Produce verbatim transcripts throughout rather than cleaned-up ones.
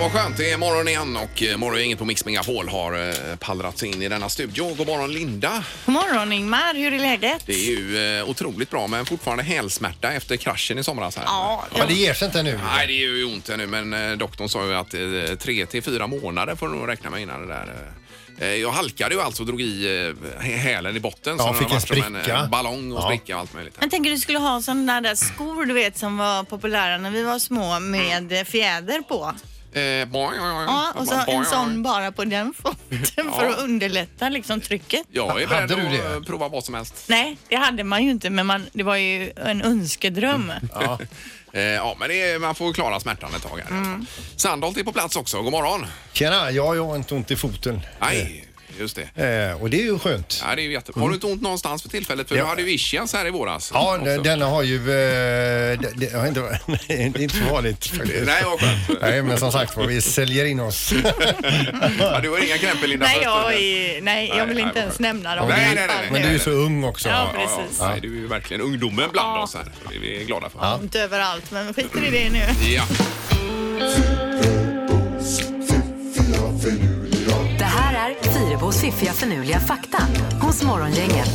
vad skönt. Det är morgon igen och morgon inget på Mix Megapol har eh, pallrat sig in i denna studio. God morgon Linda. God morgon Ingmar, hur är läget? Det är ju eh, otroligt bra men fortfarande hälsmärta efter kraschen i somras här. Ja, Ja, det ger sig inte nu. Nej, det är ju ont nu men eh, doktorn sa ju att eh, tre till fyra månader får du nog räkna med innan det där. Eh, jag halkade ju alltså och drog i eh, hälen i botten. Ja, så fick en spricka. som en eh, ballong och Ja. spricka och allt möjligt. Jag tänker du skulle ha sådana där skor du vet som var populära när vi var små med fjäder på. Eh, boing, Ja, och så en sån bara på den foten för att underlätta liksom trycket. Jag är beredd Hade du att det? prova vad som helst. Nej, det hade man ju inte, men man, det var ju en önskedröm. Ja. Eh, ja, men det är, man får klara smärtan ett tag här. Mm. Sandholt är på plats också. God morgon. Tjena, ja, jag har inte ont i foten. Nej, just det. Eh, och det är ju skönt. Ja, det är ju jätte... Har du inte ont någonstans för tillfället? För Ja. du hade ju ischias här i våras. Ja, också. den, denna har ju... Eh, det, det, har inte, det är inte så vanligt faktiskt. Nej, vad skönt. Nej, men som sagt, vi säljer in oss. Ja, du har inga krämpor, Linda? Nej, för jag, stunden. är, nej, jag vill Nej, inte nej, ens nej. nämna dem. Nej, nej, nej. Men du är ju så ung också. Ja, Ja, precis. ja. Nej, du är ju verkligen ungdomen bland oss här. Det är vi glada för. Ja. Inte överallt, men skiter i det nu. Ja. Det här är Fyrebos fiffiga förnuliga fakta hos Morgongänget.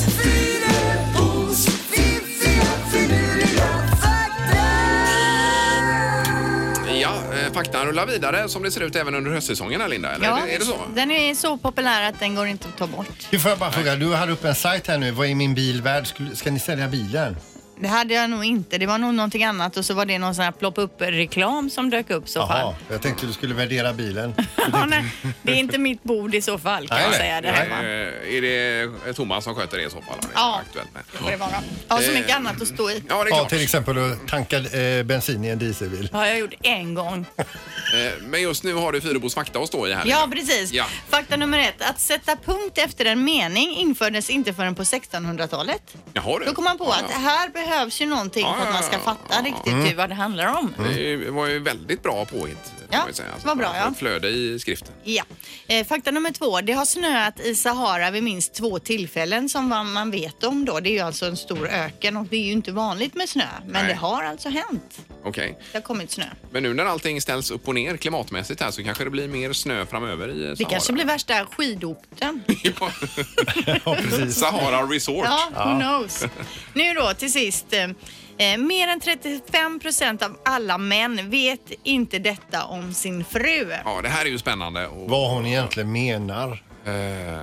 Ja, eh, faktan rullar vidare som det ser ut även under höstsäsongen här, Linda. Eller Ja, är det så? Den är så populär att den går inte att ta bort. Du får jag bara fråga, du hade upp en sajt här nu. Vad är min bil värd? Skulle- Ska ni sälja bilen? Det hade jag nog inte. Det var nog någonting annat och så var det någon sån här ploppa-upp-reklam som dök upp i så fall. Jaha, jag tänkte du skulle värdera bilen. Ja, nej, det är inte mitt bord i så fall kan Nej, jag nej. säga det Eh, hemma. är det Thomas som sköter det i så fall? Det är Ja. aktuellt med. Det får det vara. Jag har så mycket Eh. annat att stå i. Ja, det är Ja, klart. till exempel att tanka eh, bensin i en dieselbil. Det har jag gjort en gång. Eh, Men just nu har du Fyrebos fakta att stå i här. Ja, Linda. precis. Ja. Fakta nummer ett. Att sätta punkt efter en mening infördes inte förrän på sextonhundratalet. Jaha, du. Då kom man på Ja, att här behövs ju någonting Ja, för att man ska ja, ja, fatta ja. riktigt vad det handlar om. Det var ju väldigt bra påhitt. får Ja, man ju säga. det var bra, Man ja. får ett flöde i skriften. Ja. Eh, fakta nummer två. Det har snöat i Sahara vid minst två tillfällen som man man vet om då. Det är ju alltså en stor öken och det är ju inte vanligt med snö. Men Nej. det har alltså hänt. Okej. Det har kommit snö. Men nu när allting ställs upp och ner klimatmässigt här så kanske det blir mer snö framöver i Sahara. Det kanske blir värsta skidorten. Ja, Ja, precis. Sahara Resort. Ja, who knows. Nu då till sist. Eh, mer än trettiofem procent av alla män vet inte detta om sin fru. Ja, det här är ju spännande. Och, Vad hon egentligen menar. Eh,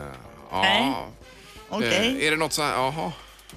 ja. Nej. Okej. Eh, är det något så här, jaha.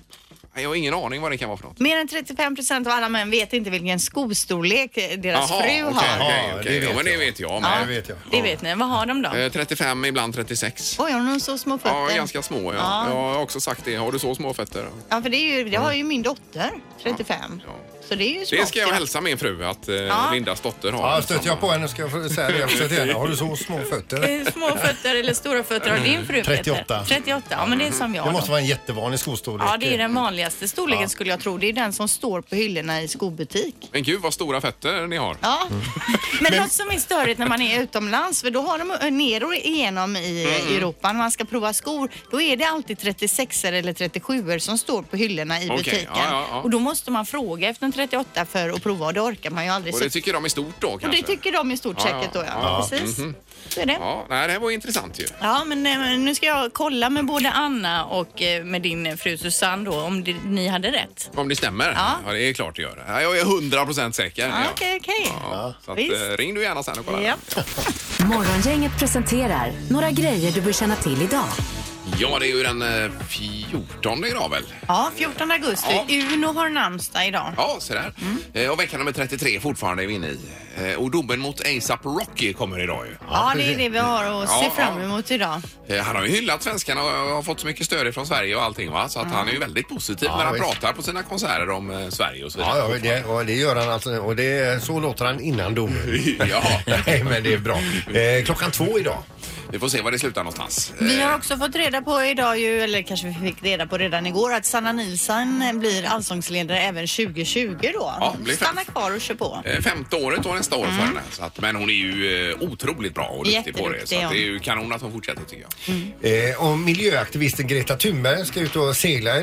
Jag har ingen aning vad det kan vara för något. Mer än trettiofem procent av alla män vet inte vilken skostorlek deras Jaha, fru okej, har. okej, Ja, okej. det Ja, vet men det jag. vet jag. Ja. Men, Det vet jag. Det vet ni. Vad har de då? eh, trettiofem, ibland trettiosex. Oj, har de så små fötter? Ja, ganska små. Ja. Ja. Jag har också sagt det. Har du så små fötter? Ja, för det, är ju, det har ju min dotter, trettiofem. Ja. Så det är ju smått. Det ska jag ja. hälsa min fru att eh, Ja. Lindas dotter har. Ja, stöter jag på henne ska jag få säga det också till henne. Har du så små fötter? Eh, Små fötter eller stora fötter har din fru, Peter? trettioåtta. trettioåtta, ja men det är som jag Det då. måste vara en jättevanlig skostorlek. Ja, det är den vanligaste storleken Ja. skulle jag tro. Det är den som står på hyllorna i skobutik. Men gud vad stora fötter ni har. Ja, men något som är störigt när man är utomlands, för då har de ner igenom i Mm. Europa när man ska prova skor, då är det alltid trettiosex eller trettiosju som står på hyllorna i Okej, butiken. ja, ja, ja. Och då måste man fråga efter en trettioåtta för att prova och det orkar man ju aldrig. Och Så- det tycker de är stort då kanske? och det tycker de i stort Ja, säkert då, ja. ja. Precis. Mhm. Så är det. Ja, nej, det här var intressant ju. Ja, men eh, nu ska jag kolla med både Anna och eh, med din fru Susanne då, om det, ni hade rätt. Om det stämmer? Ja. det är klart det gör. Ja, jag är hundra procent säker. Ja, okej, okej. Ja, så att, Visst. eh, ring du gärna sen och kolla. Ja. Morgongänget presenterar några grejer du bör känna till idag. Ja, det är ju den eh, fjortonde idag väl? Ja, fjortonde augusti. Ja. Uno har namnsdag idag. Ja, så där. Eh, och veckan nummer trettiotre fortfarande är vi inne i. Eh, och domen mot A$AP Rocky kommer idag ju. Ja, det är det vi har att se Ja, fram ja. emot idag. Eh, han har ju hyllat svenskarna och har fått så mycket stöd från Sverige och allting va? Så att han är ju väldigt positiv Ja, när han visst. pratar på sina konserter om eh, Sverige och så vidare. Ja, ja det, och det gör han alltså. Och det, så låter han innan domen. Ja. Nej, men det är bra. Eh, klockan två idag. Vi får se var det slutar någonstans. Eh, Vi har också fått reda på idag ju, eller kanske vi fick reda på redan igår, att Sanna Nilsson blir allsångsledare även tjugo tjugo då. Ja, blir fem. Stanna kvar och kör på. Eh, Femte året och nästa år för henne. Så att, men hon är ju eh, otroligt bra och duktig på det. Så Jätteduktig, att det är ja. ju kanon att hon fortsätter tycker jag. Eh, och miljöaktivisten Greta Thunberg ska ut och segla idag.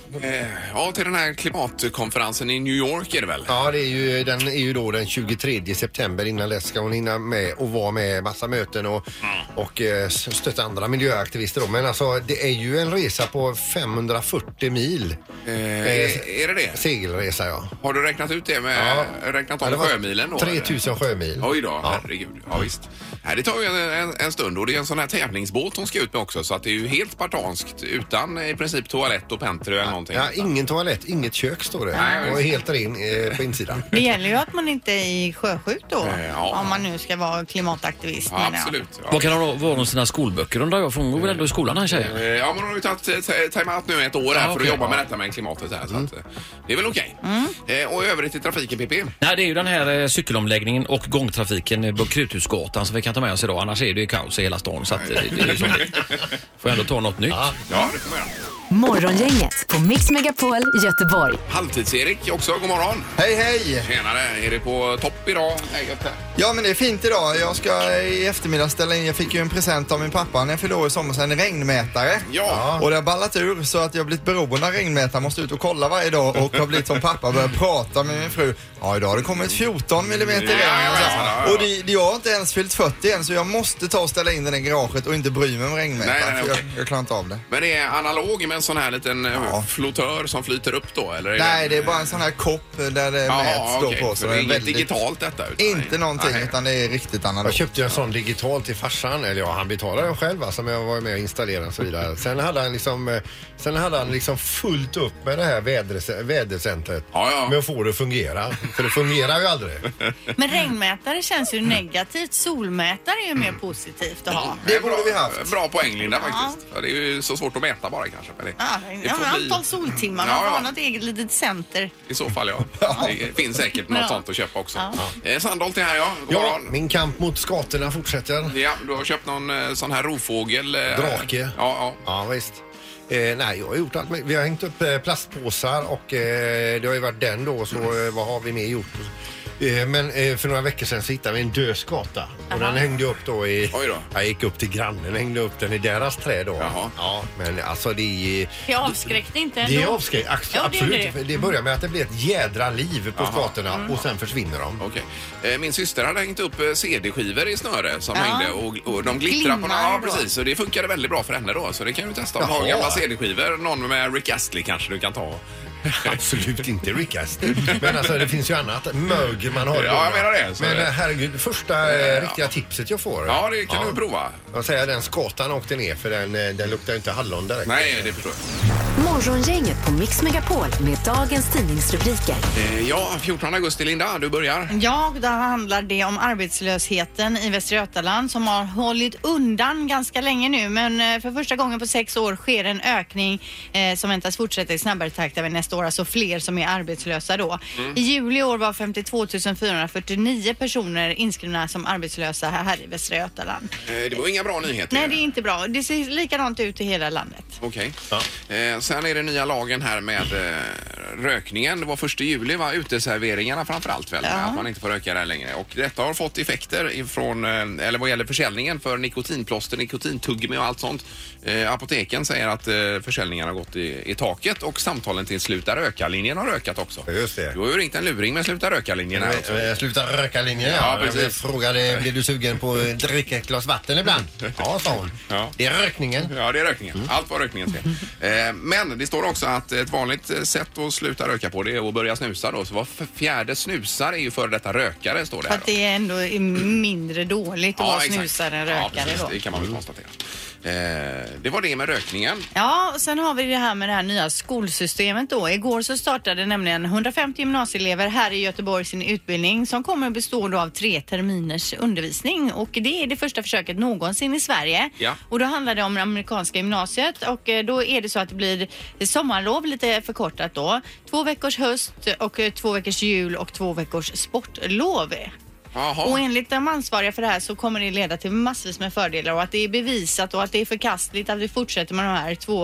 Eh, ja, till den här klimatkonferensen i New York är det väl? Ja, det är ju, den är ju då den tjugotredje september. Innan dess ska hon hinna med och vara med massa möten och, mm. och eh, stötta andra miljöaktivister då. Men alltså, det är ju en resa på femhundrafyrtio mil. Eh, är, är det det? Segelresa, ja. Har du räknat ut det med, ja. räknat om ja, sjömilen då? tre tusen sjömil. Oj då, ja. Herregud. Ja, visst. Nej, det tar ju en, en, en stund och det är en sån här tävlingsbåt som ska ut med också, så att det är ju helt spartanskt utan i princip toalett och pentry eller någonting. Ja, ingen toalett, inget kök står det. Nej, och helt ren eh, på insidan. Det gäller ju att man inte är sjösjuk då, ja. om man nu ska vara klimataktivist. Ja, absolut. Ja. Vad kan hon vara om sina skolböcker undrar jag, för hon går väl ändå i skolan här tjejen? Ja, men hon har ju tagit time-out nu ett år här ja, för okay. att jobba med detta med klimatet här, så mm. att, det är väl okej. Okay. Mm. Och övrigt i trafiken, P P? Nej, det är ju den här cykelomläggningen och gångtrafiken på Kruthusgatan som vi kan ta med oss idag, annars är det ju kaos i hela stan, så att det, det är ju så. Får jag ändå ta något nytt. Ja, ja det får jag. Morgongänget på Mix Megapol Göteborg. Halvtids-Erik också, god morgon. Hej, hej. Tjenare, är det på topp idag? Ja, men det är fint idag. Jag ska i eftermiddag ställa in, jag fick ju en present av min pappa när jag fyllde år i sommar, en regnmätare. Ja. Och det har ballat ur så att jag har blivit beroende av regnmätare, måste ut och kolla varje dag och har blivit som pappa, börjar prata med min fru. Ja, idag har det kommit fjorton millimeter regn. Ja, ja, ja. Och det, det, jag har inte ens fyllt fyrtio än, så jag måste ta och ställa in den i garaget och inte bry mig om regnmätaren. Nej, nej, nej, okay. jag, jag klarar inte av det. Men det är analog med en sån här liten ja. flotör som flyter upp då? Eller är nej, det, det är bara en sån här kopp där det ja, mäts okay. då på. Så det är, det är inget väldigt... digitalt detta? Utan inte nej. någonting, nej. utan det är riktigt analogt. Jag köpte en sån digital till farsan, eller ja, han betalade den själv, alltså, men jag var med och installerade och så vidare. Sen hade han liksom, sen hade han liksom fullt upp med det här väder, vädercentret ja, ja. med att få det att fungera. För det fungerar ju aldrig. Men regnmätare känns ju negativt. Solmätare är ju mer positivt att ha. Det borde vi haft. Bra poäng, Linda, faktiskt. Ja. Det är ju så svårt att mäta bara kanske. Men det, ja, det ja, men bli... antal soltimmar. Man ja, ja. får något eget litet center. I så fall, ja. ja. Det finns säkert något ja. sånt att köpa också. Ja. Ja. Eh, Sandholt är här, ja. God ja, morgon. Min kamp mot skatorna fortsätter. Ja, du har köpt någon eh, sån här rovfågel. Eh, Drake. Ja, ja. Ja, visst. Eh, nej, jag har gjort allt. Vi har hängt upp eh, plastpåsar och eh, det har ju varit den då, så eh, vad har vi mer gjort? Men för några veckor sedan så hittade vi en död skata. Och den hängde upp då i... Oj då. Jag gick upp till grannen, hängde upp den i deras träd då. Jaha. Ja, men alltså det är... Det avskräckte inte ändå. Det är avskräckt, ja, absolut. Det, det. det börjar med att det blir ett jädra liv på Jaha. skatorna mm. och sen försvinner de. Okej. Min syster hade hängt upp C D-skivor i snöre som ja. hängde och, och de glittrar på Glimmar ja, precis. Så det funkade väldigt bra för henne då. Så det kan du testa. Om du har gamla C D-skivor, någon med Rick Astley kanske du kan ta. Absolut inte Rick Astley. Men alltså det finns ju annat mög man har. Ja, jag menar det. Men det... herregud, första ja. riktiga tipset jag får. Ja, det kan ja. du prova. Jag säger den skatan åkte ner för den, den luktar ju inte hallon direkt. Nej, det förstår jag. Morgongänget på Mix Megapol med dagens tidningsrubriker. Eh, ja, fjortonde augusti, Linda, du börjar. Ja, där handlar det om arbetslösheten i Västra Götaland som har hållit undan ganska länge nu. Men för första gången på sex år sker en ökning eh, som väntas fortsätta i snabbare takt över nästa år. Alltså fler som är arbetslösa då. Mm. I juli i år var femtiotvå tusen fyrahundrafyrtionio personer inskrivna som arbetslösa här i Västra Götaland. Eh, det var inga bra nyheter. Nej, det är inte bra. Det ser likadant ut i hela landet. Okej. Okay. Ja. Eh, sen är det nya lagen här med eh, rökningen. Det var första juli, va? Uteserveringarna framförallt väl, ja. Att man inte får röka där längre. Och detta har fått effekter ifrån, eh, eller vad gäller försäljningen för nikotinplåster, nikotintuggummi och allt sånt. Eh, apoteken säger att eh, försäljningen har gått i, i taket och samtalen till Sluta röka-linjen har ökat också. Just det. Du har ju ringt en luring med Sluta röka-linjen här också. Äh, sluta röka-linjen, ja. Ja, precis. Jag frågade, blir du sugen på att dricka ett glas vatten ibland? Ja, sa hon. Ja. Det är rökningen. Ja, det är rökningen. Mm. Allt var rökningens fel. eh, men det står också att ett vanligt sätt att sluta röka på det är att börja snusa då. Så var fjärde snusare är ju före detta rökare, står det här. För att det är ändå mindre dåligt att ja, vara snusare än rökare. Ja, precis. Då. Det kan man väl konstatera. Eh, det var det med rökningen. Ja, och sen har vi det här med det här nya skolsystemet då. Igår så startade nämligen hundrafemtio gymnasieelever här i Göteborg sin utbildning som kommer att bestå då av tre terminers undervisning. Och det är det första försöket någonsin i Sverige. Ja. Och då handlar det om det amerikanska gymnasiet och då är det så att det blir sommarlov lite förkortat då. Två veckors höst och två veckors jul och två veckors sportlov. Aha. Och enligt de ansvariga för det här så kommer det leda till massvis med fördelar och att det är bevisat och att det är förkastligt att vi fortsätter med de här två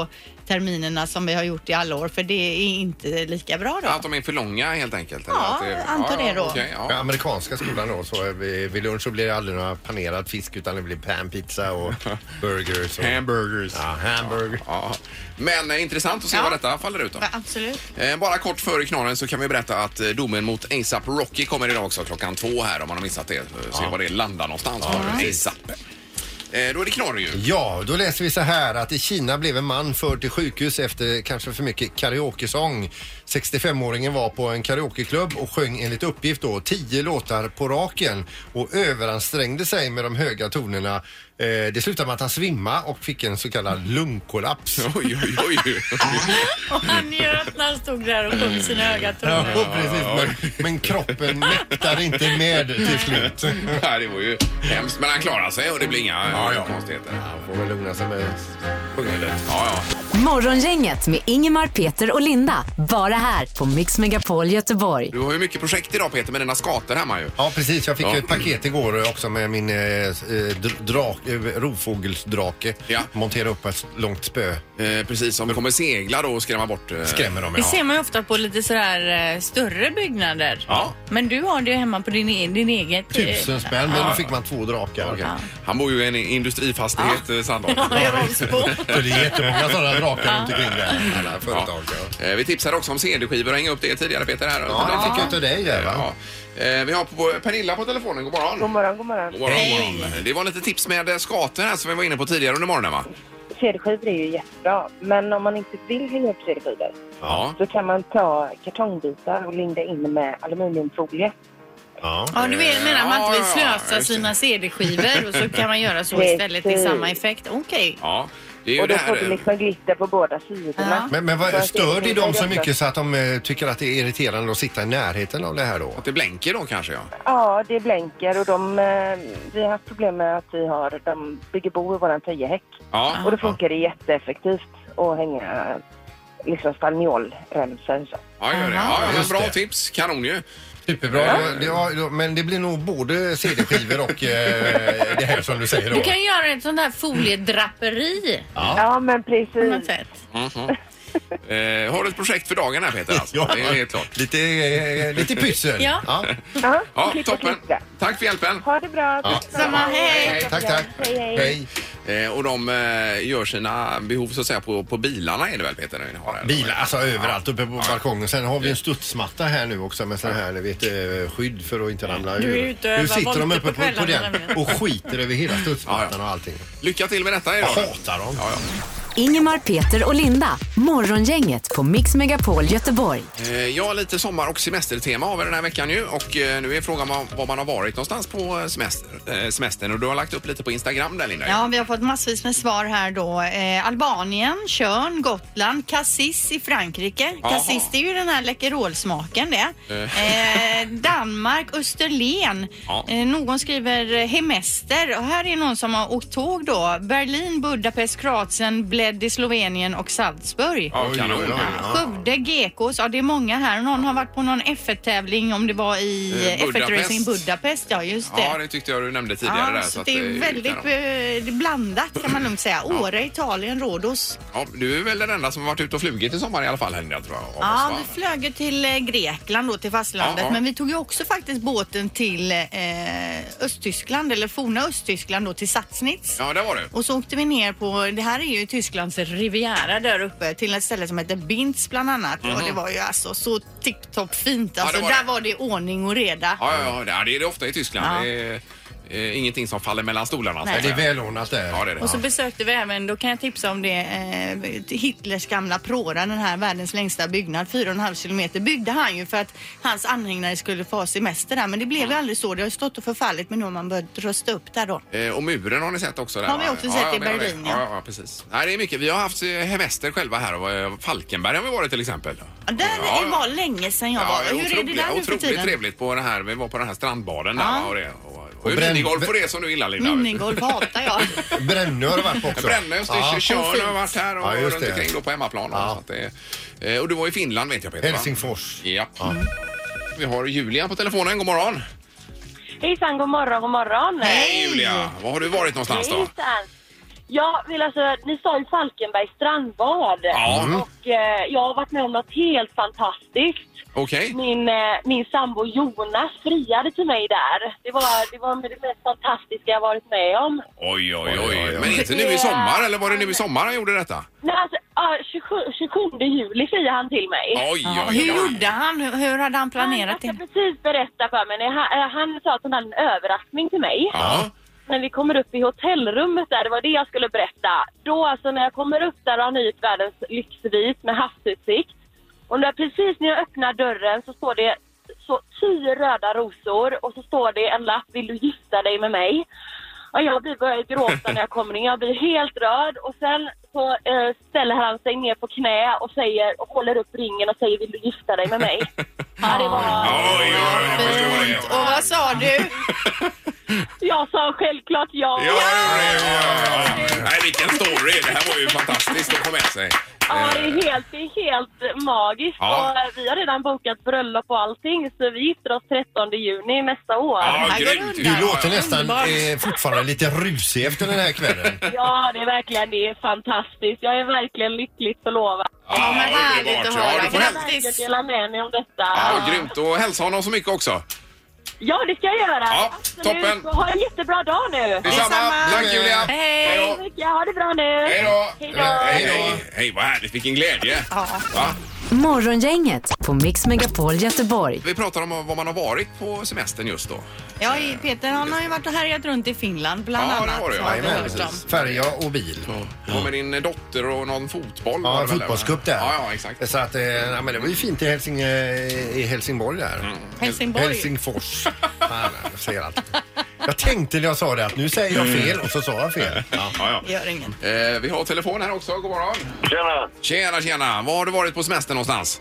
terminerna som vi har gjort i alla år, för det är inte lika bra då. Att de är för långa helt enkelt? Eller Ja, att det, antar det då. okej, ja. Ja, amerikanska skolan då, så vid, vid lunch så blir det aldrig några panerad fisk utan det blir panpizza och burgers. Och, Hamburgers. ja, hamburger. Ja. Men eh, intressant att se Ja. vad detta faller ut då. Ja, absolut. Eh, bara kort före knorren så kan vi berätta att eh, domen mot A$AP Rocky kommer idag också klockan två här om man har missat det. Se var det landar någonstans för A$AP. Eh, då är det knorr ju. Ja, då läser vi så här att i Kina blev en man förd till sjukhus efter kanske för mycket karaokesång. sextiofemåringen var på en karaokeklubb och sjöng enligt uppgift då tio låtar på raken och överansträngde sig med de höga tonerna. Eh, det slutade med att han svimma och fick en så kallad lungkollaps. Oj, oj, oj. Och han njöt när han stod där och sjöng sina höga Ja, toner. precis. Men, men kroppen mäktade inte med till slut. Nej, det var ju hemskt. Men han klarar sig och det blir inga ja, ja. konstigheter. Han får väl lugna sig med sjungandet. Ja, ja. Morgongänget med Ingemar, Peter och Linda. Bara här på Mix Megapol Göteborg. Du har ju mycket projekt idag Peter med dina skator hemma ju. Ja, precis. Jag fick Ja. ett paket igår också med min eh, dr- drak, eh, rovfågelsdrake. Ja. Montera upp ett långt spö. Eh, precis, som kommer segla då och skrämma bort... Eh, Skrämmer dem, Det ja. ser man ju ofta på lite sådär eh, större byggnader. Ja. Men du har det ju hemma på din, e- din eget... eh, Tusen spänn, men då fick man två drakar. Okej. Han bor ju i en industrifastighet, ja. Sandholm. Ja, i Rolfsbo. Så det är jättemånga sådana drakar runt omkring där. Alla företag. Ja, Eh, vi tipsade också om C D-skivor och hänga upp det tidigare Peter här. ja det fick jag utav dig där, va? Ja. Eh, vi har på Pernilla på telefonen. God morgon. God morgon, god morgon. God morgon, god morgon. Det var lite tips med skator här som vi var inne på tidigare under morgonen va? C D-skivor är ju jättebra, men om man inte vill hänga upp C D-skivor Ja. så kan man ta kartongbitar och linda in med aluminiumfolie. Ja. Ja, du vet, menar man inte vill Ja, ja, ja, slösa just det. sina C D-skivor och så kan man göra så Precis. istället i samma effekt. Okej. Ja. Det är ju Och det då får du här... liksom glitter på båda sidorna. Men, men Så vad, att stör det är dem så ganska- mycket så att de eh, tycker att det är irriterande att sitta i närheten av det här då? Att det blänker då kanske ja. Ja, det blänker och de, eh, vi har haft problem med att vi har, de bygger bo i våran tejehäck. Ja. Och då funkar det jätteeffektivt att hänga liksom spanjolremsor. Ja, gör det. Ja, ja, men Just bra det. tips. Kanon ju. Superbra. Ja. Det, ja, men det blir nog både C D-skivor och eh, det här som du säger då. Du kan göra ett sånt här foliedraperi Ja, men på något precis. sätt. Mhm. Eh, har du ett projekt för dagen här Peter? Alltså? Ja. Det är helt klart. Lite, eh, lite pyssel. Ja. Ja, Ja, klipp och toppen. klistra. Tack för hjälpen. Ha det bra. Ja. Samma, hej! Tack, tack. Hej, hej. Hej. Eh, och de eh, gör sina behov så att säga på, på bilarna är det väl Peter? Ni har här, Bilar, alltså överallt uppe på balkongen. Sen har vi en studsmatta här nu också med sån här, ni vet, eh, skydd för att inte ramla Du är ur. ute och Nu sitter de volter uppe på på, på kvällarna den nämligen. och skiter över hela studsmattan Ja, ja. och allting. Lycka till med detta idag. Jag hatar dem. Ja, ja. Ingemar, Peter och Linda. Morgongänget på Mix Megapol Göteborg. Eh, ja, lite sommar- och semestertema har vi den här veckan ju. Och eh, nu är frågan var, var man har varit någonstans på semester, eh, semestern. Och du har lagt upp lite på Instagram där Linda. Ja, vi har fått massvis med svar här då. Eh, Albanien, Tjörn, Gotland, Cassis i Frankrike. Jaha. Cassis, det är ju den här Läkerolsmaken det. Eh, Danmark, Österlen. Ja. Eh, någon skriver hemester. Och här är någon som har åkt tåg då. Berlin, Budapest, Kroatien, Bled i Slovenien och Salzburg. Ja, kanon. Oj, oj, oj. Ja. Skövde, Gekås, ja det är många här. Någon har varit på någon F ett-tävling om det var i Eh, F ett-racing Budapest. Budapest. Ja, just det. Ja, det tyckte jag du nämnde tidigare Ja, där. så att det är väldigt kanon. eh, det är blandat kan man lugnt säga. Åre, Italien, Rhodos. Ja, du är väl den enda som har varit ute och flugit i sommar i alla fall, Linda, tror jag. av oss, Ja, va? vi flög ju till eh, Grekland då, till fastlandet. Ja, ja. Men vi tog ju också faktiskt båten till eh, Östtyskland, eller forna Östtyskland då, till Sassnitz. Ja, där var du. Och så åkte vi ner på, det här är ju Tysklands riviera där uppe, till ett ställe som heter Binz bland annat. Och det var ju alltså så tipptopp fint. Alltså det var där det. var det ordning och reda. Ja, ja, ja, det är det ofta i Tyskland. Ja. Det är eh, ingenting som faller mellan stolarna. så Nej. att Det är säga. välordnat där. Ja, det är det. Och så besökte vi även, då kan jag tipsa om det, eh, Hitlers gamla Pråra, den här världens längsta byggnad, fyra och en halv kilometer, byggde han ju för att hans anhängare skulle få ha semester där. Men det blev ju aldrig så, det har ju stått och förfallit, men nu har man börjat rusta upp där då. Eh, och muren har ni sett också där? Har vi va? också sett i men jag Berlin, vet. ja. Ja, ja, precis. Nej, det är mycket. Vi har haft eh, hemester själva här och eh, Falkenberg har vi varit till exempel. Ja, där Ja, det ja. var länge sedan jag Ja, var. Hur är det otroligt, där nu för otroligt tiden? trevligt på den här, vi var på den här strandbaden där Ja. va, och det. Och, och, och bränn- minigolf och det som du gillar Linda. vet du. Minigolf hatar jag. Brännö har det varit på också. Brännö, just det, Ja. Tjörn Och fint. har varit här och Ja, just runt det. omkring då på hemmaplan. Ja. Så att det, eh, och du var i Finland vet jag Peter va? Helsingfors. Ja. Vi har Julia på telefonen, god morgon. Hejsan, god morgon, god morgon. Hej Julia, var har du varit någonstans då? Hejsan. Jag vill alltså, ni sa ju Falkenbergs strandbad. Ja. Och eh, jag har varit med om något helt fantastiskt. Okej. Okay. Min, eh, min sambo Jonas friade till mig där. Det var, det var det mest fantastiska jag varit med om. Oj, oj, oj. Men inte nu i sommar, eller var det nu i sommar han gjorde detta? Nej, alltså, uh, tjugosju, tjugosjunde juli friade han till mig. Oj, oj, oj. Hur gjorde han? Hur hade han planerat det? Jag ska precis berätta för mig. Han, han sa att han hade en överraskning till mig. Ja. När vi kommer upp i hotellrummet där, det var det jag skulle berätta. Då alltså när jag kommer upp där och har nytt världens lyxvit med havsutsikt. Och när precis när jag öppnar dörren så står det så tio röda rosor och så står det en lapp, vill du gifta dig med mig? Och jag blir börjar gråta när jag kommer in, jag blir helt röd och sen så eh, ställer han sig ner på knä och säger och håller upp ringen och säger vill du gifta dig med mig? Ja, det var... Oj, oj, oj, fint. Och vad sa du? Jag sa självklart ja. Ja, ja, ja, ja. Nej, vilken story. Det här var ju fantastiskt att få med sig. Ja, det är helt, det är helt magiskt. Ja. Och vi har redan bokat bröllop och allting, så vi gifter oss trettonde juni nästa år. Ja, Här går det grymt. undan. Du låter nästan Underbart. eh, fortfarande lite rusig efter den här kvällen. Ja, det är verkligen, det är fantastiskt. Jag är verkligen lyckligt förlovad. Ja, men härligt att Ja, höra. du får Jag hem- vill verkligen dela med mig om detta. Ja, grymt. Och hälsa honom så mycket också. Ja, det ska jag göra. Ja, Absolut. toppen. Så ha en jättebra dag nu. Detsamma. Detsamma. Tack, Julia. Hej. Hej Tack så mycket. Ha det bra nu. Hej då. Hej då. Hej, hej. Hej, vad härligt. Vilken glädje. Ja. Va? Morgongänget på Mix Megapol Göteborg. Vi pratar om var man har varit på semestern just då. Ja, Peter han har ju varit och härjat runt i Finland bland Ja, det annat. var det, ja. har vi Jajamän, hört om. precis. Färja och bil. Du var med din dotter och någon fotboll. var Ja, det en väl, fotbollscup där. Ja, ja, exakt. Så att, eh, ja, men det var ju fint i, Helsing, eh, i Helsingborg där. Helsingborg. Helsingfors. Fan, jag ser allt. Jag tänkte när jag sa det att nu säger jag fel och så sa jag fel. Ja. Ja, Det gör ingen. ja. Eh, vi har telefon här också. God morgon. Tjena! Tjena, tjena. Var har du varit på semester någonstans?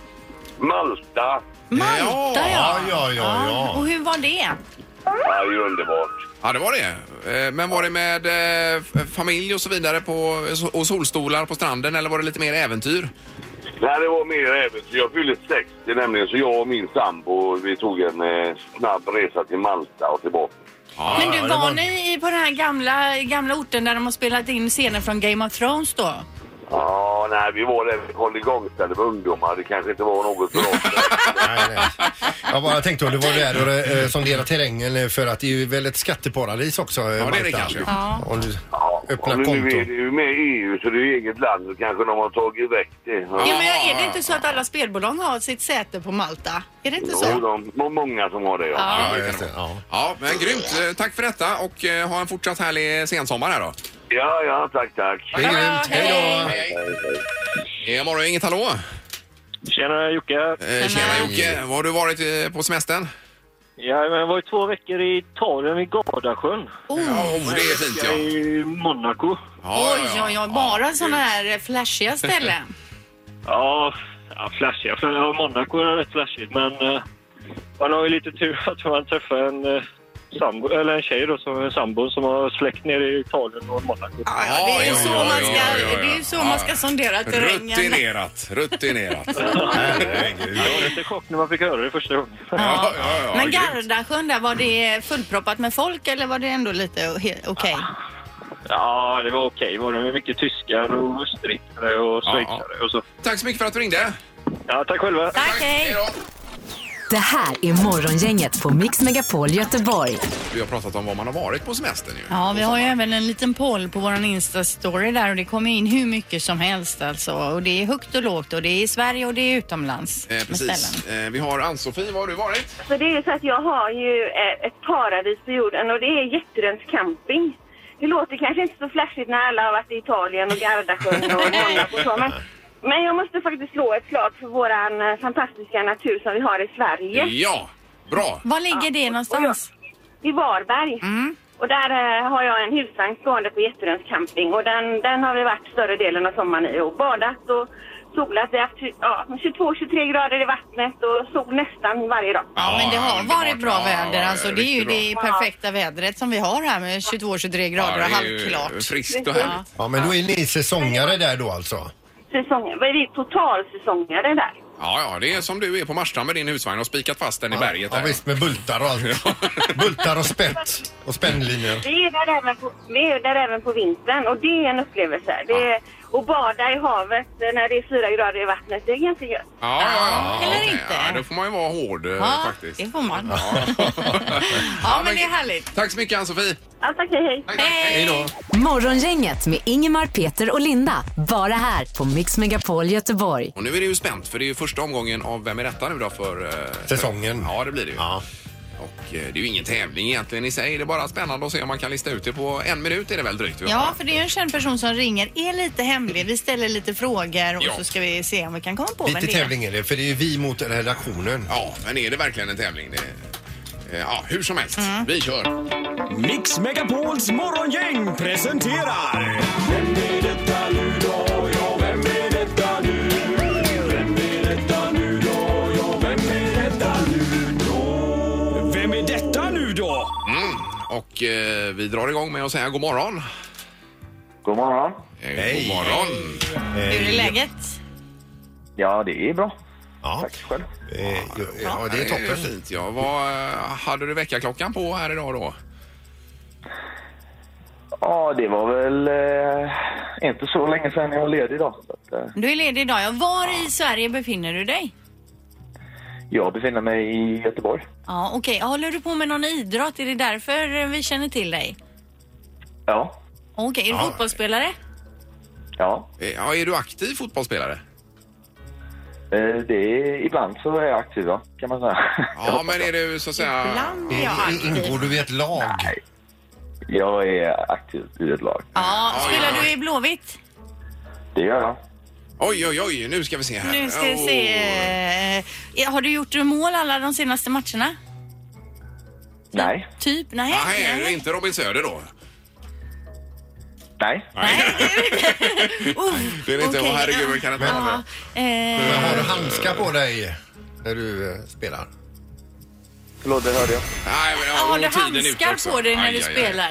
Malta. Malta, ja. Ja, ja, ja, ja. Och hur var det? Ja, det är underbart. Ja, det var det. Eh, Men var det med eh, f- familj och så vidare på, och solstolar på stranden eller var det lite mer äventyr? Nej, det var mer äventyr. Jag fyllde sextio nämligen, så jag och min sambo, vi tog en eh, snabb resa till Malta och tillbaka. Ja, Men du, det var var- ni i- på den här gamla, gamla orten där de har spelat in scener från Game of Thrones då? Ja, nej, vi var där vid hålligångställe med ungdomar. Det kanske inte var något för oss. Nej, nej. Jag bara tänkte om du var där och eh, sonderade terrängen för att det är ju väl ett skatteparadis också. eh, det är det Malta. kanske. Ja. Om du Ja, öppnar och nu konto. är det ju med i E U, så det är ju eget land. Så kanske de har tagit väck det. Ja, Ja. men är det inte så att alla spelbolag har sitt säte på Malta? Är det inte Jo, så? de, må- många som har det, ja. Ja. Ja, just det. Ja. Ja, men grymt. Eh, Tack för detta och eh, ha en fortsatt härlig sensommar här då. Ja, ja, tack, tack. Det är grymt. Hej då! Hej, hej. Eh, morgon, inget hallå. Tjena Jocke. Eh, tjena Jocke. Var har du varit eh, på semestern? Ja, men jag var i två veckor i Italien i Gardasjön. Oh. Ja, det är fint ja. I Monaco. Ja, Oj, oj, oj. Bara sådana här flashiga ställen. Ja, ja flashiga. För ja, Monaco är rätt flashigt, men eh, man har ju lite tur att man träffar en eh, sambo, eller en tjej då, som är en sambo som har släkt ner i Italien och Monaco. Ja, ja, det är ju Ja, så ja, man ja, ska, ja, ja. det är ju så Ja, man ska ja. sondera terrängen. Rutinerat, rutinerat. Herregud. Det var lite chock när man fick höra det första gången. Ja, ja, ja, Men grymt. Gardasjön där, var det fullproppat med folk eller var det ändå lite he- okej? Ja, det var okej. Var det med mycket tyskar och österrikare och Ja, schweizare och så. Tack så mycket för att du ringde. Ja, tack själva. Tack, hej! då. Det här är Morgongänget på Mix Megapol Göteborg. Vi har pratat om var man har varit på semestern ju. Ja, vi har ju även en liten poll på våran Insta-story där och det kommer in hur mycket som helst alltså. Och det är högt och lågt och det är i Sverige och det är utomlands. Eh, med precis. ställen. Eh, vi har Ann-Sofie, var har du varit? Så det är ju så att jag har ju eh, ett paradis på jorden och det är Jätteröns camping. Det låter kanske inte så flashigt när alla har varit i Italien och Gardasjön och Monaco och så, men, men jag måste faktiskt slå ett slag för våran eh, fantastiska natur som vi har i Sverige. Ja, bra. Var ligger det någonstans? I Varberg. Mm. Och där eh, har jag en husvagn gående på Jätteröns camping och den, den har vi varit större delen av sommaren i och badat och solat. Vi har haft ja, tjugotvå till tjugotre grader i vattnet och sol nästan varje dag. Ja, men det har underbart. varit bra Ja, väder. ja, Alltså, det är ju riktigt det bra. perfekta vädret som vi har här med tjugotvå till tjugotre grader och Ja, det är ju halvklart. friskt och härligt. Ja, men då är ni säsongare där då alltså? Säsong, vad är vi totalsäsongare där? Ja, ja, det är som du är på Marstrand med din husvagn och spikat fast den i berget. Ja, där. visst, med bultar och allt. Bultar och spett och spännlinjer. Vi är där även på, vi är där även på vintern och det är en upplevelse. Det är, och bada i havet när det är fyra grader i vattnet, det är ganska gött. Ja, ja, ja. Eller okej. inte. Ja, då får man ju vara hård eh, Ja, faktiskt. det får man. Ja. Ja, men det är härligt. Tack så mycket, Ann-Sofie. Ja, tack, hej, hej. Hej då. Morgongänget med Ingemar, Peter och Linda. Bara här på Mix Megapol Göteborg. Och nu är det ju spänt för det är ju första omgången av Vem är detta nu då för... Eh, Säsongen. Ja, det blir det ju. Ja. Och eh, det är ju ingen tävling egentligen i sig. Det är bara spännande att se om man kan lista ut det på en minut är det väl drygt. Ja, för det är ju en känd person som ringer. Är lite hemlig. Vi ställer lite frågor och Ja. så ska vi se om vi kan komma på Lite vem det är. tävling är det, för det är ju vi mot redaktionen. Ja, men är det verkligen en tävling? Det, eh, ja, hur som helst. Mm. Vi kör. Mix Megapols morgongäng presenterar... Vem är detta nu då? Ja, vem är detta nu? Vem är detta nu då? Ja, vem är detta nu då? Vem är detta nu då? Mm. Och eh, vi drar igång med att säga god morgon. God morgon. Eh, Hej. God morgon. Hur är läget? Ja, det är bra. Ja. Tack själv. Eh, ja, ja, det är toppen. Fint, ja. Vad eh, hade du väckarklockan på här idag då? Ja, det var väl eh, inte så länge sedan jag var ledig idag. Så att, eh, Du är ledig idag. Ja, var i Sverige befinner du dig? jag befinner mig i Göteborg. Ja, okej. Håller du på med någon idrott? Är det därför vi känner till dig? Ja. Okej, är du Ja. fotbollsspelare? Ja. Eh, Ja, är du aktiv fotbollsspelare? Eh, det är, ibland så är jag aktiv, ja, kan man säga. Ja, men är du så att säga... Ibland är jag I- aktiv. Ingår du i ett lag? Nej. Jag är aktiv i ett lag. Ja, spelar Oj, oj. du i Blåvitt? Det gör jag. Oj, oj, oj, nu ska vi se här. Nu ska vi Oh. se. Eh, Har du gjort mål alla de senaste matcherna? Nej. Typ? Nej. Nej, är du inte Robin Söder då? Nej. Nej. uh, Det är det inte. okej, Åh, herregud, ja. jag kan inte Ja, ha det. Men eh, har du handskar på dig när du eh, spelar? Förlåt, det hörde jag. Nej, men, ja, ja, har du och tiden ut handskar också. på dig när Aj, du aj, aj. spelar?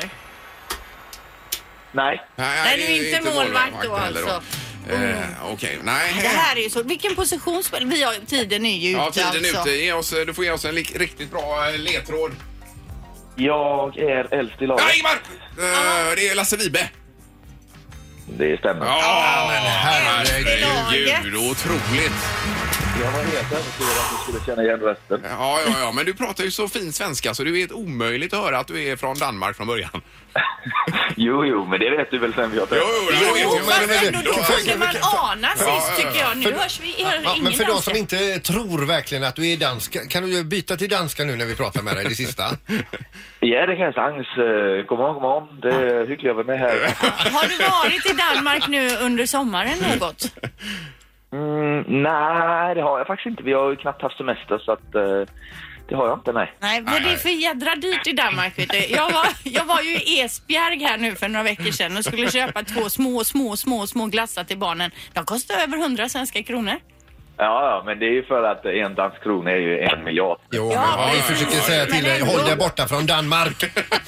Nej. Nej, Nej, du är inte målvakt då, heller alltså. Eh, Okej, nej. Det här är ju så. Vilken position spelar vi? har- Tiden är ju ute Ja, tiden är alltså. ute. Ge oss, du får ge oss en lik- riktigt bra eh, ledtråd. Jag är äldst i laget. Nej, Ingmar! Eh, det är Lasse Vibe. Det stämmer. Ja, men herregud. herregud, otroligt. Jag var helt övertygad att du skulle känna igen rösten. Ja, ja, ja, men du pratar ju så fin svenska så det är helt omöjligt att höra att du är från Danmark från början. Jo, jo, men det vet du väl sen vi har Jo, träffat. jo, det vet Jo, jag. fast men- ändå, då men- kunde man ana Ja, ja, sist tycker jag. Nu För- hörs vi Ja, ingen men för de danska. som inte tror verkligen att du är dansk, kan du byta till danska nu när vi pratar med dig det sista? Ja, det kan jag sagtens. Eh, God morgon, god morgon. Det är hyggligt att vara med här. Har du varit i Danmark nu under sommaren något? Mm, nej, det har jag faktiskt inte. Vi har ju knappt haft semester så att eh, det har jag inte, nej. Nej, men det är för jädra dyrt i Danmark vet du. Jag var, jag var ju i Esbjerg här nu för några veckor sedan och skulle köpa två små, små, små, små glassar till barnen. De kostar över hundra svenska kronor. Ja, ja, men det är ju för att en dansk krona är ju en miljard. Jo, Ja, men vi precis. försöker säga till Men dig, ändå. håll dig borta från Danmark.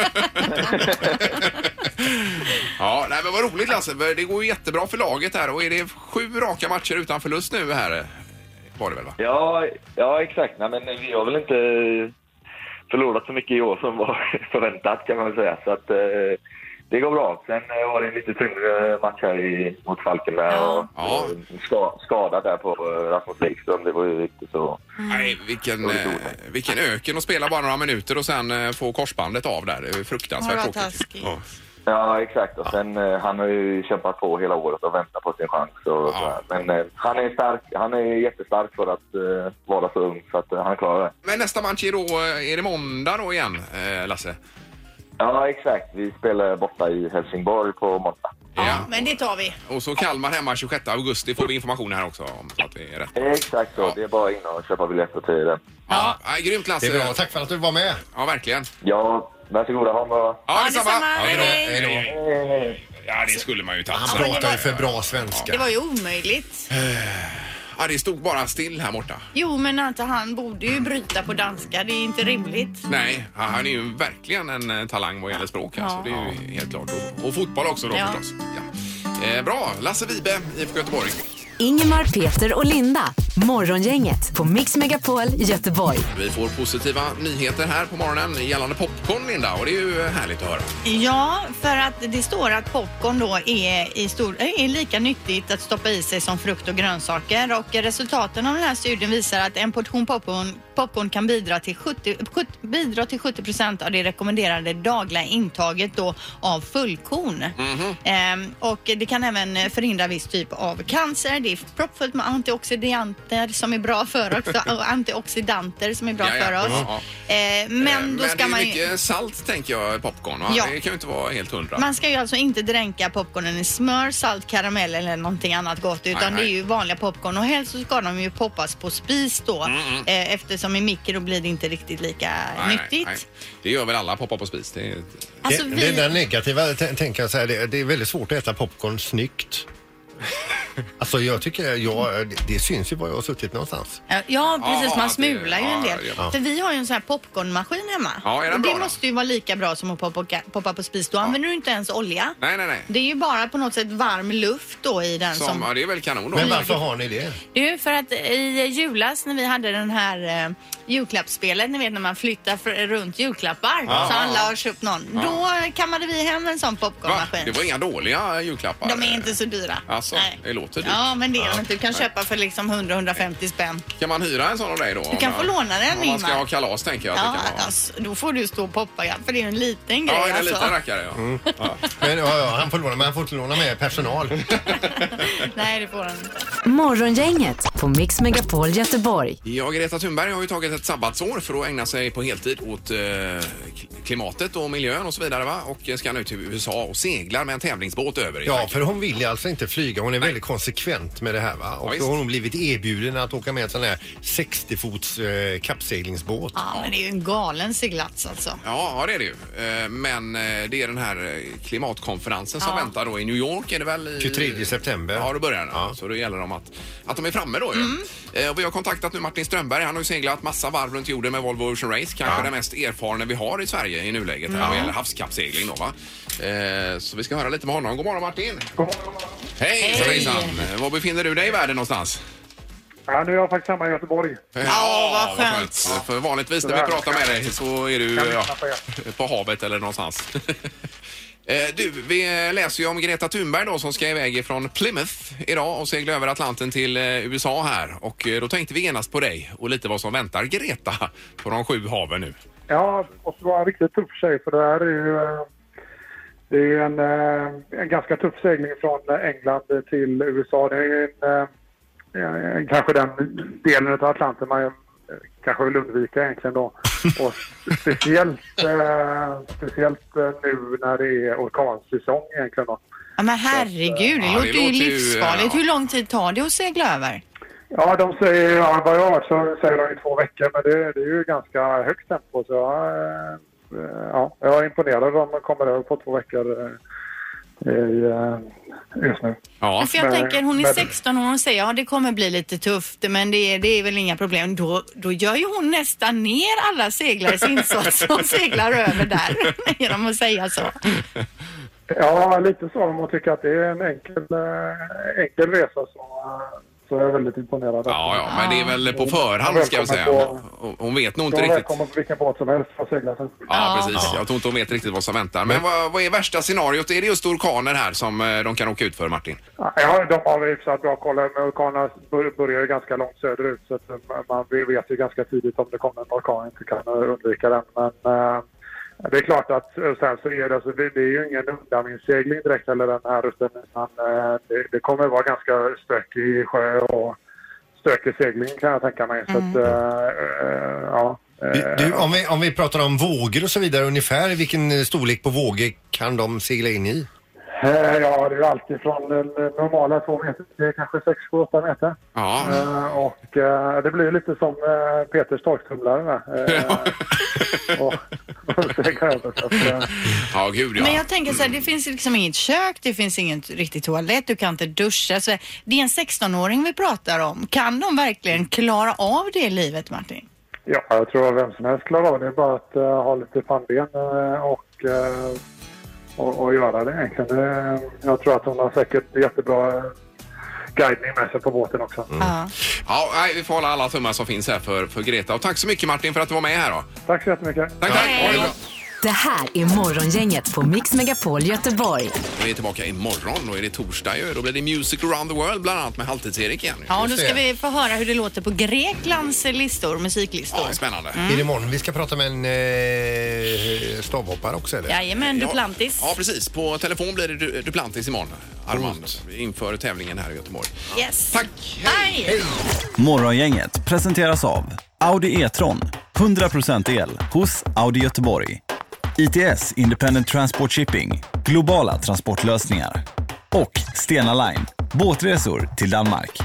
Ja, nej, men vad roligt Lasse. Det går ju jättebra för laget här och är det sju raka matcher utan förlust nu här? Var det väl va? Ja, ja exakt. Nej, men vi har väl inte förlorat så mycket i år som var förväntat kan man väl säga. Så att eh, det går bra. Sen eh, var det en lite tyngre match här i, mot Falken där. Ja. Och, och ska, skadad där på eh, Rasmus Wikström. Det var ju riktigt så. Nej, vilken, eh, vilken öken att spela bara några minuter och sen eh, få korsbandet av där. Det är fruktansvärt Ja, vad tråkigt. taskigt. Ja. Ja, exakt. Och sen, eh, han har ju kämpat på hela året och väntat på sin chans. Och, Ja. så här. Men eh, han är stark. Han är jättestark för att eh, vara så ung. Så att eh, han klarar det. Men nästa match är då, eh, är det måndag då igen, eh, Lasse? Ja, exakt. Vi spelar borta i Helsingborg på måndag. Ja, men det tar vi. Och så Kalmar hemma tjugosjätte augusti får vi information här också om så att det är rätt. Exakt så. Ja. Det är bara in och köpa biljetter till den. Ja, ja grymt Lasse. Det är bra, tack för att du var med. Ja, verkligen. Ja, varsågoda. Ha en bra. Ja, detsamma. Hej, hej. Hej då. Hej. Ja, det skulle man ju ta. Han pratar ju för bra svenska. Det var ju omöjligt. Ja, det stod bara still här borta. Jo, men inte han borde ju bryta på danska. Det är inte rimligt. Nej, han är ju verkligen en eh, talang vad gäller språk. Alltså. Det är ju helt klart. Och, och fotboll också då Ja. förstås. Ja. Eh, bra, Lasse Vibe, I F K Göteborg. Ingemar, Peter och Linda. Morgongänget på Mix Megapol Göteborg. Vi får positiva nyheter här på morgonen gällande popcorn, Linda, och det är ju härligt att höra. Ja, för att det står att popcorn då är, i stor, är lika nyttigt att stoppa i sig som frukt och grönsaker, och resultaten av den här studien visar att en portion popcorn, popcorn kan bidra till sjuttio, sjuttio, bidra till sjuttio procent av det rekommenderade dagliga intaget då av fullkorn. Mm-hmm. Ehm, och det kan även förhindra viss typ av cancer. Det är proppfullt med antioxidanter som är bra för oss och antioxidanter som är bra ja, ja. för oss. Ja, ja. Ehm, men då men ska det är man ju... mycket salt, tänker jag, popcorn. Va? Ja. Det kan ju inte vara helt hundra. Man ska ju alltså inte dränka popcornen i smör, salt, karamell eller någonting annat gott, utan nej, nej. det är ju vanliga popcorn, och helst så ska de ju poppas på spis då, mm, mm. Eh, eftersom i mikro blir det inte riktigt lika nej, nyttigt. Nej. Det gör väl alla, poppa på spis. Det, är... alltså, det, vi... det där negativa, tänker jag så här, det, det är väldigt svårt att äta popcorn snyggt. Alltså jag tycker, jag, det, det syns ju var jag har suttit någonstans. Ja, precis. Ja, man smular det, ju en del. Ja. För vi har ju en sån här popcornmaskin hemma. Ja, är och det bra, måste ju vara lika bra som att poppa, poppa på spis. Då ja. använder du inte ens olja. Nej, nej, nej. Det är ju bara på något sätt varm luft då i den som... som... Ja, det är väl kanon då. Men varför har ni det? Det är ju för att i julas när vi hade den här... Eh, julklappsspelet, ni vet när man flyttar för, runt julklappar ja, så alla har köpt någon. Ja. Då kammade vi hem en sån popcornmaskin. Det var inga dåliga julklappar. De är inte så dyra. Alltså, Nej. det låter dyrt. Ja, men det är de inte. Du kan Nej. köpa för liksom hundra till hundrafemtio spänn. Kan man hyra en sån av dig då? Du kan få låna den, om man ska ha kalas, tänker jag. Ja, alltså, då får du stå och poppa, ja, för det är en liten grej. Ja, det är en alltså. liten rackare, ja. Mm. ja. Men ja, ja, han får låna, men han får inte låna med personal. Nej, det får han inte. Morgongänget på Mix Megapol Göteborg. Ja, Greta Thunberg har ju tagit ett sabbatsår för att ägna sig på heltid åt eh, klimatet och miljön och så vidare, va? Och ska nu till U S A och seglar med en tävlingsbåt över. Ja, tanken. För hon vill ju alltså inte flyga. Hon är Nej. väldigt konsekvent med det här, va? Och ja, då har hon blivit erbjuden att åka med en sån här sextio fots eh, kappseglingsbåt. Ja, men det är ju en galen seglats alltså. Ja, ja, det är det ju. Eh, men eh, det är den här klimatkonferensen som ja. väntar då i New York, är det väl? I, tjugotredje september. Ja, då börjar den. Ja. Så då gäller det om att, att de är framme då ju. Mm. Eh, och vi har kontaktat nu Martin Strömberg. Han har ju seglat massa varv runt jorden med Volvo Ocean Race. Kanske ja. den mest erfarna vi har i Sverige i nuläget här, ja. vad gäller havskappsegling då, va? Eh, så vi ska höra lite med honom. God morgon, Martin. God morgon. Hej, Hej. Hej. Var befinner du dig i världen någonstans? Ja, nu är jag faktiskt hemma i Göteborg. Ja, ja vad skönt. skönt. För vanligtvis när vi pratar med dig så är du ja, på havet eller någonstans. Du, vi läser ju om Greta Thunberg då som ska iväg från Plymouth idag och segla över Atlanten till U S A här. Och då tänkte vi genast på dig och lite vad som väntar Greta på de sju haven nu. Ja, det måste vara en riktigt tuff tjej, för det här är ju det är en, en ganska tuff segling från England till U S A. Det är en, en, kanske den delen av Atlanten man kanske vill undvika egentligen då. Och speciellt, eh, speciellt nu när det är orkansäsong egentligen då. Ja, men herregud, det, ja, låter det låter ju livsfarligt. Ja. Hur lång tid tar det att segla över? Ja, de säger, ja, vad jag har hört så säger de i två veckor, men det, det är ju ganska högt tempo, så jag, ja, jag är imponerad om de kommer över på två veckor just nu. Ja. För jag men, tänker, hon är men, sexton och hon säger ja det kommer bli lite tufft, men det är, det är väl inga problem. Då, då gör ju hon nästan ner alla seglares insats som seglar över där genom att säga så. Ja, lite så. Om man tycker att det är en enkel, enkel resa så, så är jag väldigt imponerad. Ja, ja, men det är väl på förhand ska jag säga. På, hon vet nog inte riktigt. Välkommen på vilken båt som helst att segla sen. Ja, precis. Ja. Jag tror inte hon vet riktigt vad som väntar. Men vad, vad är värsta scenariot? Är det just orkaner här som de kan åka ut för, Martin? Ja, de har hyfsat bra koll. Men orkanerna börjar ju ganska långt söderut, så att man vet ju ganska tidigt om det kommer en orkan, inte kan undvika den. Men uh, det är klart att sen så är det, alltså, det, det är ju ingen undanvinsegling direkt eller den här rutten, utan uh, det, det kommer vara ganska stökig sjö och stökig segling kan jag tänka mig. Mm. Så att, uh, uh, ja. Du, om, vi, om vi pratar om vågor och så vidare, ungefär vilken storlek på vågor kan de segla in i? Ja, det är alltid från den normala två meter till kanske sex till åtta meter. Ja. Uh, och uh, det blir lite som uh, Peters torktumlare där. Uh, och, och segla över. Så att, uh. Ja, gud ja. Men jag tänker så här, det finns liksom inget kök, det finns ingen riktig toalett, du kan inte duscha. Så det är en sexton-åring vi pratar om. Kan de verkligen klara av det livet, Martin? Ja, jag tror att vem som helst klarar av det. Det är bara att uh, ha lite pannben uh, och... Uh, Och, och göra det egentligen. Jag tror att hon har säkert jättebra guidning med sig på båten också. Mm. Ja, ja nej, vi får hålla alla tummar som finns här för, för Greta. Och tack så mycket Martin för att du var med här då. Tack så jättemycket. Tack, tack. Ja, det här är Morgongänget på Mix Megapol Göteborg. Vi är tillbaka imorgon, då är det torsdag ju. Då blir det Music around the world bland annat med Halvtids-Erik igen. Ja, och då ska vi få höra hur det låter på Greklands listor, musiklistor. Ja, spännande. Mm. Är det imorgon vi ska prata med en eh, stavhoppare också eller? Jajamän, Duplantis. Ja, ja, precis. På telefon blir det Duplantis imorgon, Armand, inför tävlingen här i Göteborg. Yes. Tack. Hej. Hej. Morgongänget presenteras av Audi E-tron, hundra procent el hos Audi Göteborg. I T S Independent Transport Shipping, globala transportlösningar. Och Stena Line, båtresor till Danmark.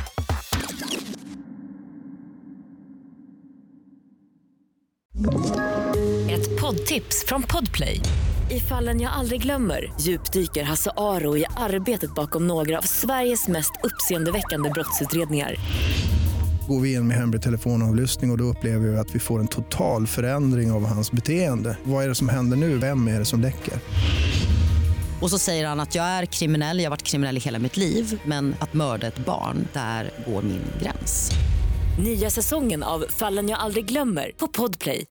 Ett poddtips från Podplay. I Fallen jag aldrig glömmer djupdyker Hasse Aro i arbetet bakom några av Sveriges mest uppseendeväckande brottsutredningar. Går vi in med hemlig telefonavlyssning och, och då upplever vi att vi får en total förändring av hans beteende. Vad är det som händer nu? Vem är det som läcker? Och så säger han att jag är kriminell, jag har varit kriminell i hela mitt liv. Men att mörda ett barn, där går min gräns. Nya säsongen av Fallen jag aldrig glömmer på Podplay.